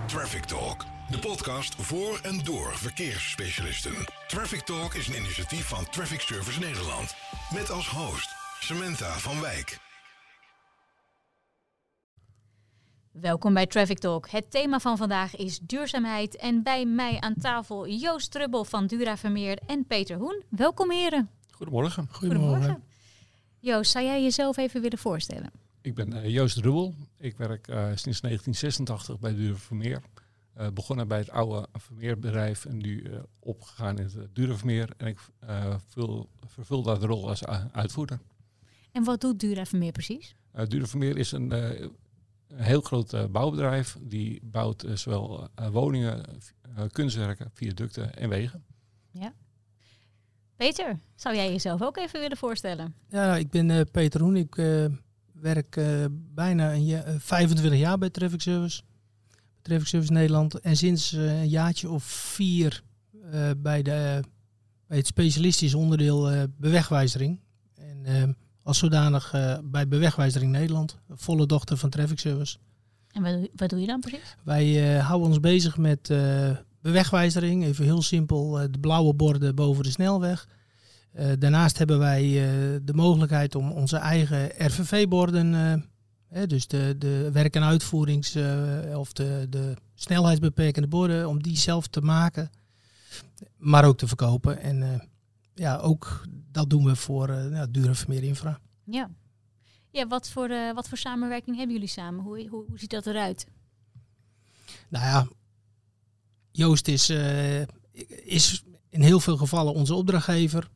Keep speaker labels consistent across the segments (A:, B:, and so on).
A: Traffic Talk, de podcast voor en door verkeersspecialisten. Traffic Talk is een initiatief van Traffic Service Nederland. Met als host Samantha van Wijk.
B: Welkom bij Traffic Talk. Het thema van vandaag is duurzaamheid. En bij mij aan tafel Joost Trubbel van Duravermeer en Peter Hoen. Welkom heren.
C: Goedemorgen.
B: Goedemorgen. Joost, zou jij jezelf even willen voorstellen?
C: Ik ben Joost Trubbel. Ik werk sinds 1986 bij Duravermeer. Begonnen bij het oude Vermeerbedrijf en nu opgegaan in het Duravermeer. En ik vervul daar de rol als uitvoerder.
B: En wat doet Duravermeer precies?
C: Duravermeer is een heel groot bouwbedrijf. Die bouwt zowel woningen, kunstwerken, viaducten en wegen.
B: Ja. Peter, zou jij jezelf ook even willen voorstellen?
D: Ja, ik ben Peter Hoen. Ik werk bijna 25 jaar bij Traffic Service. Traffic Service Nederland. En sinds een jaartje of 4 bij het specialistisch onderdeel bewegwijzering. En als zodanig bij Bewegwijzering Nederland. Volle dochter van Traffic Service.
B: En wat doe je dan precies?
D: Wij houden ons bezig met bewegwijzering. Even heel simpel, de blauwe borden boven de snelweg. Daarnaast hebben wij de mogelijkheid om onze eigen RVV-borden, dus de werk- en uitvoerings- of de snelheidsbeperkende borden, om die zelf te maken, maar ook te verkopen. En ook dat doen we voor Duravermeer Infra.
B: Ja. Ja, wat voor samenwerking hebben jullie samen? Hoe ziet dat eruit?
D: Nou ja, Joost is in heel veel gevallen onze opdrachtgever.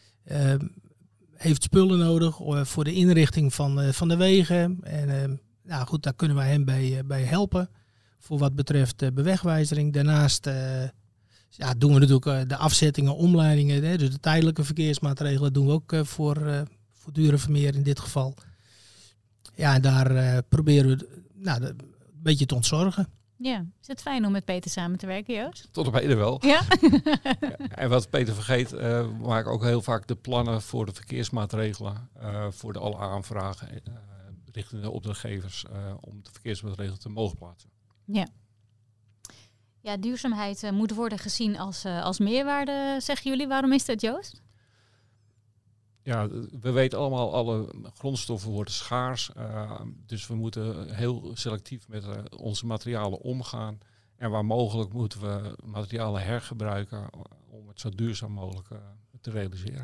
D: Heeft spullen nodig voor de inrichting van de wegen. En daar kunnen wij hem bij helpen. Voor wat betreft bewegwijzering. Daarnaast doen we natuurlijk de afzettingen, omleidingen. Dus de tijdelijke verkeersmaatregelen doen we ook voor Duravermeer in dit geval. Ja, en daar proberen we een beetje te ontzorgen.
B: Ja, is het fijn om met Peter samen te werken, Joost?
C: Tot op heden wel.
B: Ja.
C: En wat Peter vergeet, we maken ook heel vaak de plannen voor de verkeersmaatregelen. Voor alle aanvragen richting de opdrachtgevers om de verkeersmaatregelen te mogen plaatsen.
B: Ja. Ja, duurzaamheid moet worden gezien als meerwaarde, zeggen jullie. Waarom is dat, Joost?
C: Ja, we weten allemaal, alle grondstoffen worden schaars. Dus we moeten heel selectief met onze materialen omgaan. En waar mogelijk moeten we materialen hergebruiken om het zo duurzaam mogelijk te realiseren.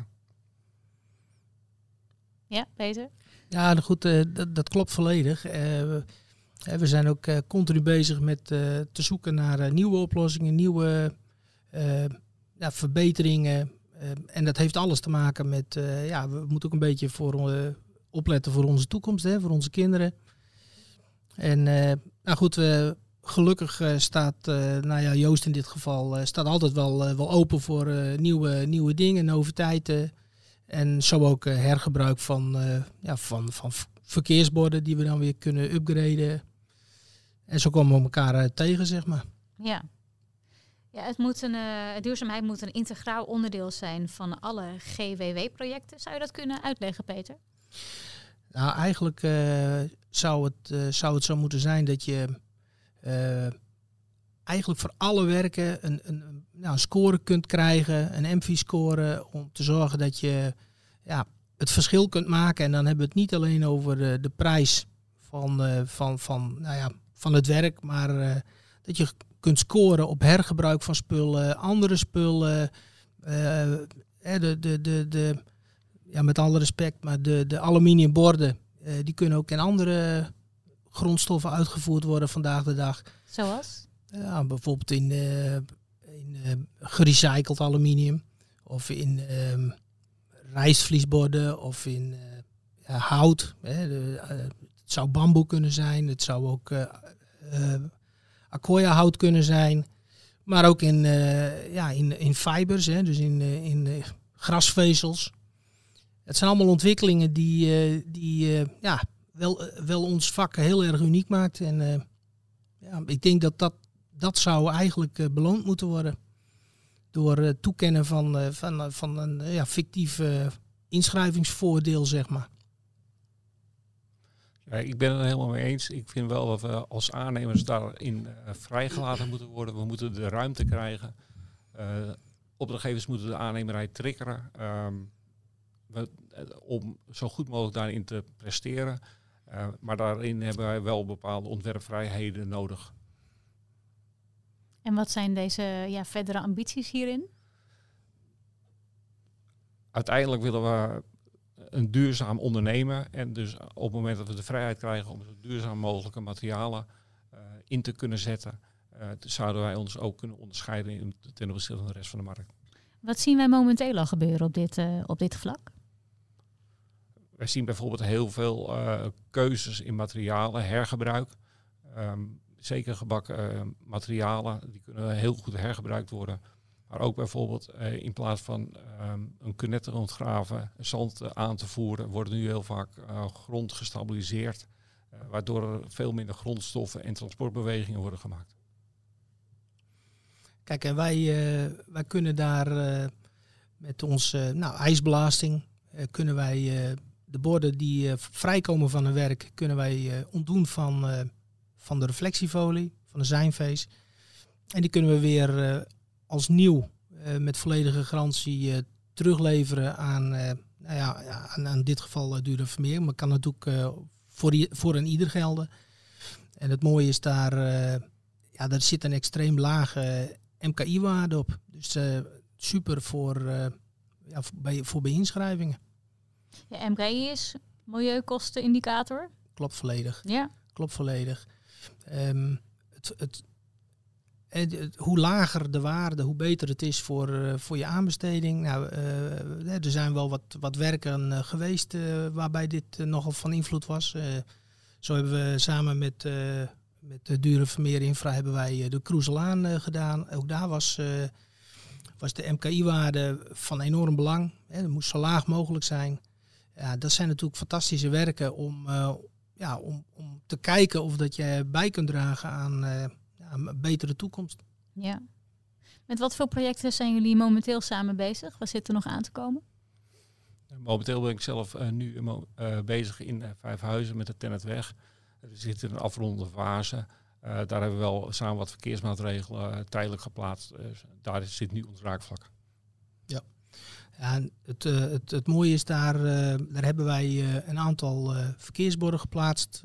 B: Ja, Peter?
D: Ja, goed, dat klopt volledig. We zijn ook continu bezig met te zoeken naar nieuwe oplossingen, nieuwe verbeteringen. En dat heeft alles te maken met, we moeten ook een beetje opletten voor onze toekomst, voor onze kinderen. En gelukkig staat Joost in dit geval staat altijd wel open voor nieuwe dingen, noviteiten. En zo ook hergebruik van verkeersborden die we dan weer kunnen upgraden. En zo komen we elkaar tegen, zeg maar.
B: Ja. Ja, duurzaamheid moet een integraal onderdeel zijn van alle GWW-projecten. Zou je dat kunnen uitleggen, Peter?
D: Nou, eigenlijk zou het zo moeten zijn dat je eigenlijk voor alle werken een score kunt krijgen, een MV-score, om te zorgen dat je het verschil kunt maken. En dan hebben we het niet alleen over de prijs van het werk, maar dat je kunt scoren op hergebruik van spullen, andere spullen. Met alle respect, maar de aluminiumborden, die kunnen ook in andere grondstoffen uitgevoerd worden vandaag de dag.
B: Zoals?
D: Bijvoorbeeld in gerecycled aluminium of in rijstvliesborden of in hout. Het zou bamboe kunnen zijn, het zou ook Accoya-hout kunnen zijn, maar ook in fibers, dus in grasvezels. Het zijn allemaal ontwikkelingen die wel ons vak heel erg uniek maakt. En ik denk dat zou eigenlijk beloond moeten worden door het toekennen van een fictief inschrijvingsvoordeel, zeg maar.
C: Ja, ik ben het er helemaal mee eens. Ik vind wel dat we als aannemers daarin vrijgelaten moeten worden. We moeten de ruimte krijgen. Opdrachtgevers moeten de aannemerij triggeren om zo goed mogelijk daarin te presteren. Maar daarin hebben wij wel bepaalde ontwerpvrijheden nodig.
B: En wat zijn deze verdere ambities hierin?
C: Uiteindelijk willen we een duurzaam ondernemen. En dus op het moment dat we de vrijheid krijgen om zo duurzaam mogelijke materialen in te kunnen zetten, zouden wij ons ook kunnen onderscheiden ten opzichte van de rest van de markt.
B: Wat zien wij momenteel al gebeuren op dit vlak?
C: Wij zien bijvoorbeeld heel veel keuzes in materialen, hergebruik. Zeker gebakken materialen, die kunnen heel goed hergebruikt worden. Maar ook bijvoorbeeld in plaats van een kunnet te ontgraven, zand aan te voeren, wordt nu heel vaak grond gestabiliseerd. Waardoor er veel minder grondstoffen en transportbewegingen worden gemaakt.
D: Kijk, en wij kunnen daar met onze ijsbelasting, kunnen wij de borden die vrijkomen van een werk, kunnen wij ontdoen van de reflectiefolie, van de zijnvees. En die kunnen we weer als nieuw met volledige garantie terugleveren aan in dit geval Dura Vermeer. Maar kan natuurlijk voor een ieder gelden. En het mooie is daar zit een extreem lage MKI-waarde op. Dus super voor bij inschrijvingen.
B: Ja, MKI is milieukostenindicator?
D: Klopt volledig.
B: Ja.
D: Klopt volledig. Hoe lager de waarde, hoe beter het is voor je aanbesteding. Nou, er zijn wel wat werken geweest waarbij dit nogal van invloed was. Zo hebben we samen met de Dura Vermeer Infra hebben wij de Cruiselaan gedaan. Ook daar was de MKI-waarde van enorm belang. Het moest zo laag mogelijk zijn. Ja, dat zijn natuurlijk fantastische werken om te kijken of dat je bij kunt dragen aan een betere toekomst.
B: Ja. Met wat voor projecten zijn jullie momenteel samen bezig? Wat zit er nog aan te komen?
C: Momenteel ben ik zelf nu bezig in Vijfhuizen met de Tennetweg. We zitten in een afrondende fase. Daar hebben we wel samen wat verkeersmaatregelen tijdelijk geplaatst. Daar zit nu ons raakvlak. Ja.
D: Ja, het mooie is daar hebben wij een aantal verkeersborden geplaatst.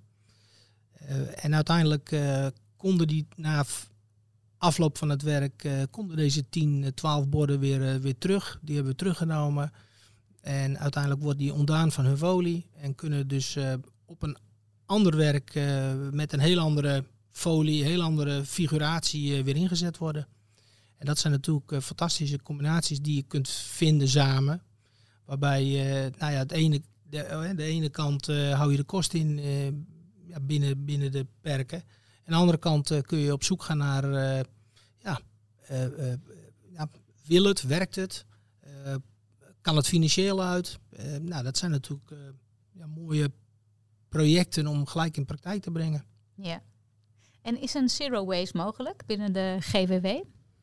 D: En uiteindelijk konden die na afloop van het werk, konden deze 10, 12 borden weer terug. Die hebben we teruggenomen. En uiteindelijk wordt die ontdaan van hun folie. En kunnen dus op een ander werk met een heel andere folie, heel andere figuratie weer ingezet worden. En dat zijn natuurlijk fantastische combinaties die je kunt vinden samen. Waarbij de ene kant hou je de kosten in binnen de perken. En aan de andere kant kun je op zoek gaan naar wil het, werkt het, kan het financieel uit. Dat zijn natuurlijk mooie projecten om gelijk in praktijk te brengen.
B: Ja. En is een zero waste mogelijk binnen de GWW?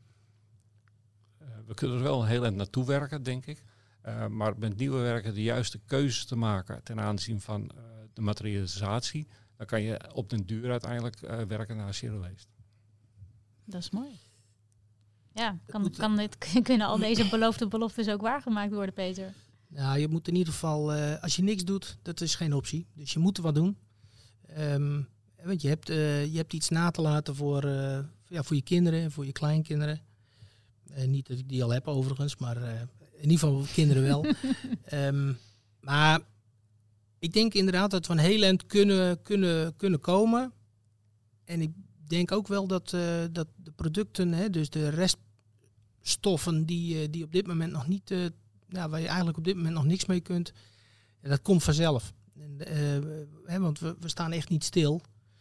C: We kunnen er wel een heel eind naartoe werken, denk ik. Maar met nieuwe werken de juiste keuzes te maken ten aanzien van de materialisatie, dan kan je op den duur uiteindelijk werken naar zero waste.
B: Dat is mooi. Ja, kunnen al deze beloftes ook waargemaakt worden, Peter?
D: Nou, je moet in ieder geval, als je niks doet, dat is geen optie. Dus je moet er wat doen. Want je hebt iets na te laten voor je kinderen en voor je kleinkinderen. Niet dat ik die al heb overigens, maar in ieder geval kinderen wel. Maar ik denk inderdaad dat we een heel eind kunnen komen. En ik denk ook wel dat de producten, dus de reststoffen die op dit moment nog niet, waar je eigenlijk op dit moment nog niks mee kunt, dat komt vanzelf. Want we staan echt niet stil.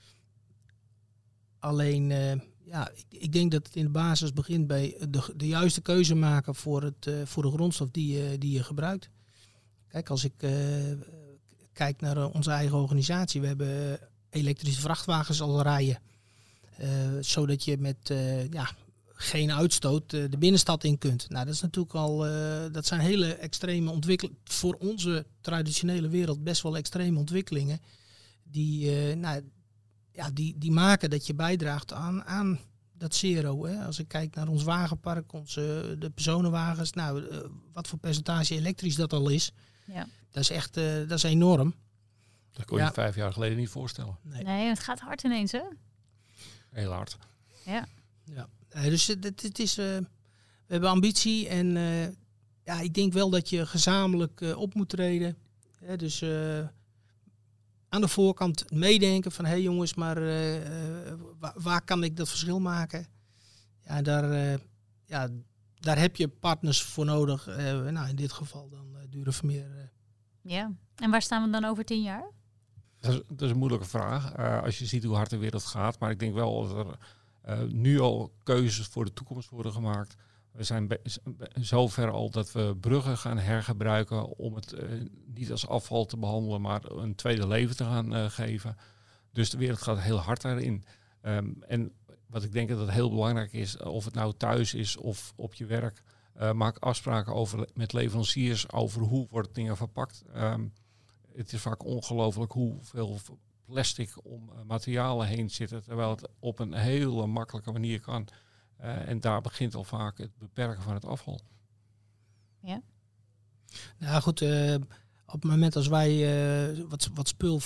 D: Alleen, ik denk dat het in de basis begint bij de juiste keuze maken voor de grondstof die je gebruikt. Kijk, als ik kijk naar onze eigen organisatie, we hebben elektrische vrachtwagens al rijden. Zodat je met geen uitstoot de binnenstad in kunt. Nou, dat is natuurlijk al, dat zijn hele extreme ontwikkelingen. Voor onze traditionele wereld best wel extreme ontwikkelingen. die maken dat je bijdraagt aan dat zero. Hè. Als ik kijk naar ons wagenpark, de personenwagens, wat voor percentage elektrisch dat al is, dat is echt dat is enorm.
C: Dat kon je 5 jaar geleden niet voorstellen.
B: Nee, het gaat hard ineens, hè?
C: Heel hard.
B: Ja.
D: Dus het is, we hebben ambitie en ik denk wel dat je gezamenlijk op moet treden. Dus aan de voorkant meedenken van, hé jongens, maar waar kan ik dat verschil maken? Ja, daar heb je partners voor nodig. In dit geval dan Dura Vermeer.
B: Ja, en waar staan we dan over 10 jaar?
C: Dat is een moeilijke vraag. Als je ziet hoe hard de wereld gaat. Maar ik denk wel dat er nu al keuzes voor de toekomst worden gemaakt. We zijn zover al dat we bruggen gaan hergebruiken om het niet als afval te behandelen, maar een tweede leven te gaan geven. Dus de wereld gaat heel hard daarin. En wat ik denk dat het heel belangrijk is, of het nou thuis is of op je werk, maak afspraken met leveranciers over hoe worden dingen verpakt. Het is vaak ongelooflijk hoeveel plastic om materialen heen zitten, terwijl het op een hele makkelijke manier kan. En daar begint al vaak het beperken van het afval. Ja.
D: Nou goed, op het moment als wij wat spul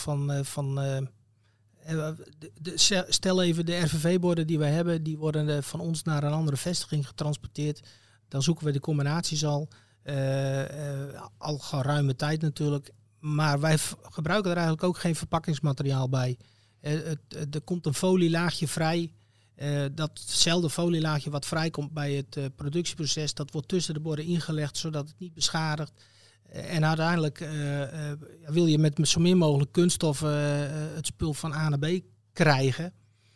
D: stel even de RVV-borden die wij hebben, die worden van ons naar een andere vestiging getransporteerd. Dan zoeken we de combinaties al ruime tijd natuurlijk. Maar wij gebruiken er eigenlijk ook geen verpakkingsmateriaal bij. Er komt een folielaagje vrij. Datzelfde folielaagje wat vrijkomt bij het productieproces, dat wordt tussen de borden ingelegd, zodat het niet beschadigt. En uiteindelijk wil je met zo min mogelijk kunststoffen het spul van A naar B krijgen.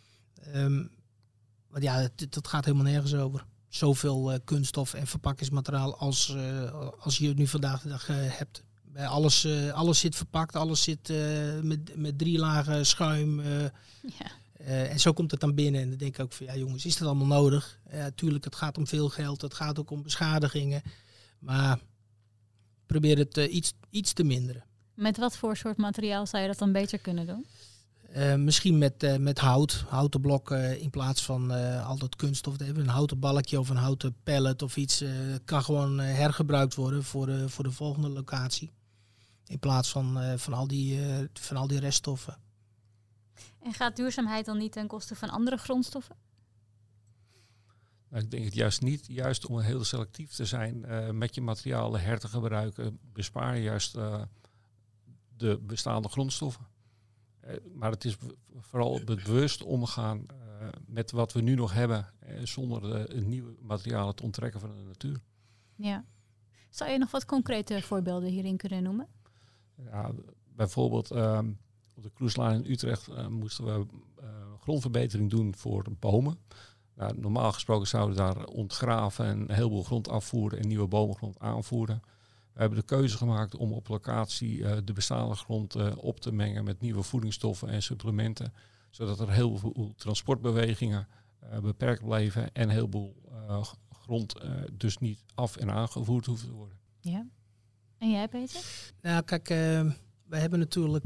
D: Maar dat gaat helemaal nergens over. Zoveel kunststof en verpakkingsmateriaal als je nu vandaag de dag hebt. Bij alles zit verpakt, alles zit met 3 lagen schuim. En zo komt het dan binnen. En dan denk ik ook van, ja jongens, is dat allemaal nodig? Tuurlijk, het gaat om veel geld. Het gaat ook om beschadigingen. Maar probeer het iets te minderen.
B: Met wat voor soort materiaal zou je dat dan beter kunnen doen?
D: Misschien met houten blokken in plaats van al dat kunststof te hebben. Een houten balkje of een houten pallet of iets kan gewoon hergebruikt worden voor de volgende locatie. In plaats van al die reststoffen.
B: En gaat duurzaamheid dan niet ten koste van andere grondstoffen?
C: Nou, ik denk het juist niet. Juist om heel selectief te zijn met je materialen her te gebruiken, bespaar je juist de bestaande grondstoffen. Maar het is vooral bewust omgaan met wat we nu nog hebben, zonder nieuwe materialen te onttrekken van de natuur.
B: Ja. Zou je nog wat concrete voorbeelden hierin kunnen noemen?
C: Ja, bijvoorbeeld op de Kroeslaan in Utrecht moesten we grondverbetering doen voor bomen. Nou, normaal gesproken zouden we daar ontgraven en een heleboel grond afvoeren en nieuwe bomengrond aanvoeren. We hebben de keuze gemaakt om op locatie de bestaande grond op te mengen met nieuwe voedingsstoffen en supplementen. Zodat er heel veel transportbewegingen beperkt bleven en een heleboel grond dus niet af- en aangevoerd hoeft te worden.
B: Ja. En jij, Peter?
D: Nou, kijk, wij hebben natuurlijk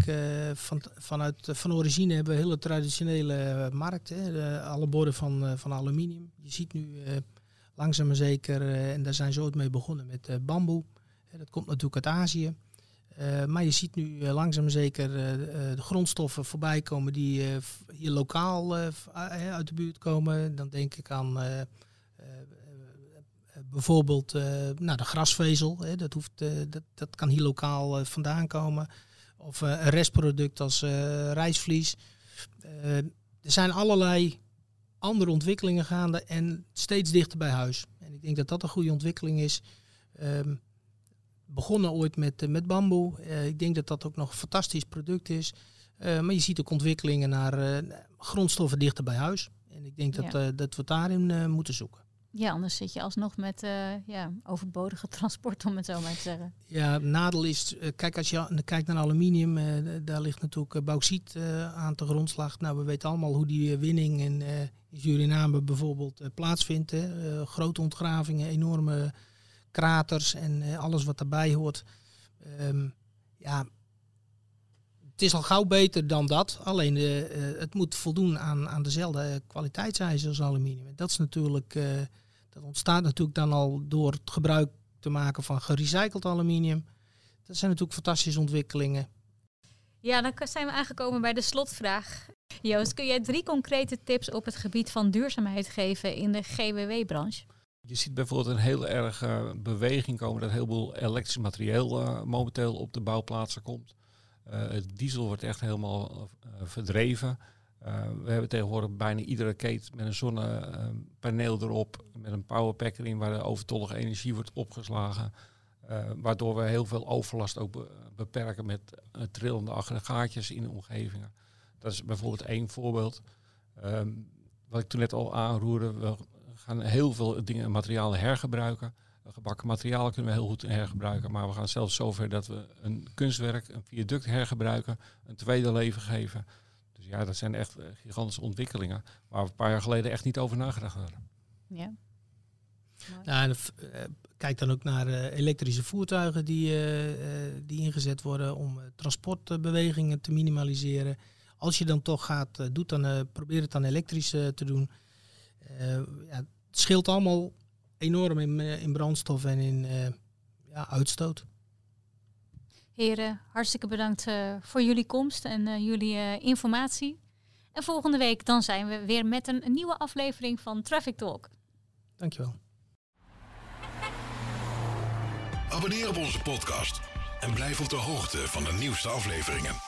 D: van origine hebben we hele traditionele markt. Alle borden van aluminium. Je ziet nu langzaam maar zeker, en daar zijn ze ooit mee begonnen met bamboe. Dat komt natuurlijk uit Azië. Maar je ziet nu langzaam maar zeker de grondstoffen voorbij komen die hier lokaal uit de buurt komen. Dan denk ik aan bijvoorbeeld de grasvezel. Dat kan hier lokaal vandaan komen. Of een restproduct als rijstvlies. Er zijn allerlei andere ontwikkelingen gaande en steeds dichter bij huis. En ik denk dat dat een goede ontwikkeling is. Begonnen ooit met bamboe. Ik denk dat dat ook nog een fantastisch product is. Maar je ziet ook ontwikkelingen naar grondstoffen dichter bij huis. En ik denk dat we daarin moeten zoeken.
B: Ja, anders zit je alsnog met overbodige transport, om het zo maar te zeggen.
D: Ja, het nadeel is, kijk, als je kijkt naar aluminium, daar ligt natuurlijk bauxiet aan te grondslag. Nou, we weten allemaal hoe die winning in Suriname bijvoorbeeld plaatsvindt. Grote ontgravingen, enorme kraters en alles wat daarbij hoort. het is al gauw beter dan dat. Alleen het moet voldoen aan dezelfde kwaliteitseisen als aluminium. Dat is natuurlijk, dat ontstaat natuurlijk dan al door het gebruik te maken van gerecycled aluminium. Dat zijn natuurlijk fantastische ontwikkelingen.
B: Ja, dan zijn we aangekomen bij de slotvraag. Joost, kun jij 3 concrete tips op het gebied van duurzaamheid geven in de GWW-branche?
C: Je ziet bijvoorbeeld een heel erg beweging komen dat heel veel elektrisch materieel momenteel op de bouwplaatsen komt. Het diesel wordt echt helemaal verdreven. We hebben tegenwoordig bijna iedere keten met een zonnepaneel erop, met een powerpack erin waar de overtollige energie wordt opgeslagen. Waardoor we heel veel overlast ook beperken met trillende aggregaatjes in de omgevingen. Dat is bijvoorbeeld 1 voorbeeld. Wat ik toen net al aanroerde, we gaan heel veel dingen, materialen hergebruiken. Gebakken materialen kunnen we heel goed hergebruiken, maar we gaan zelfs zover dat we een kunstwerk, een viaduct hergebruiken, een tweede leven geven. Dus ja, dat zijn echt gigantische ontwikkelingen waar we een paar jaar geleden echt niet over nagedacht hadden.
B: Ja.
D: Nou, kijk dan ook naar elektrische voertuigen die ingezet worden om transportbewegingen te minimaliseren. Als je dan toch gaat, probeer het dan elektrisch te doen. Het scheelt allemaal enorm in brandstof en in uitstoot.
B: Heren, hartstikke bedankt voor jullie komst en jullie informatie. En volgende week dan zijn we weer met een nieuwe aflevering van Traffic Talk.
D: Dankjewel.
A: Abonneer op onze podcast en blijf op de hoogte van de nieuwste afleveringen.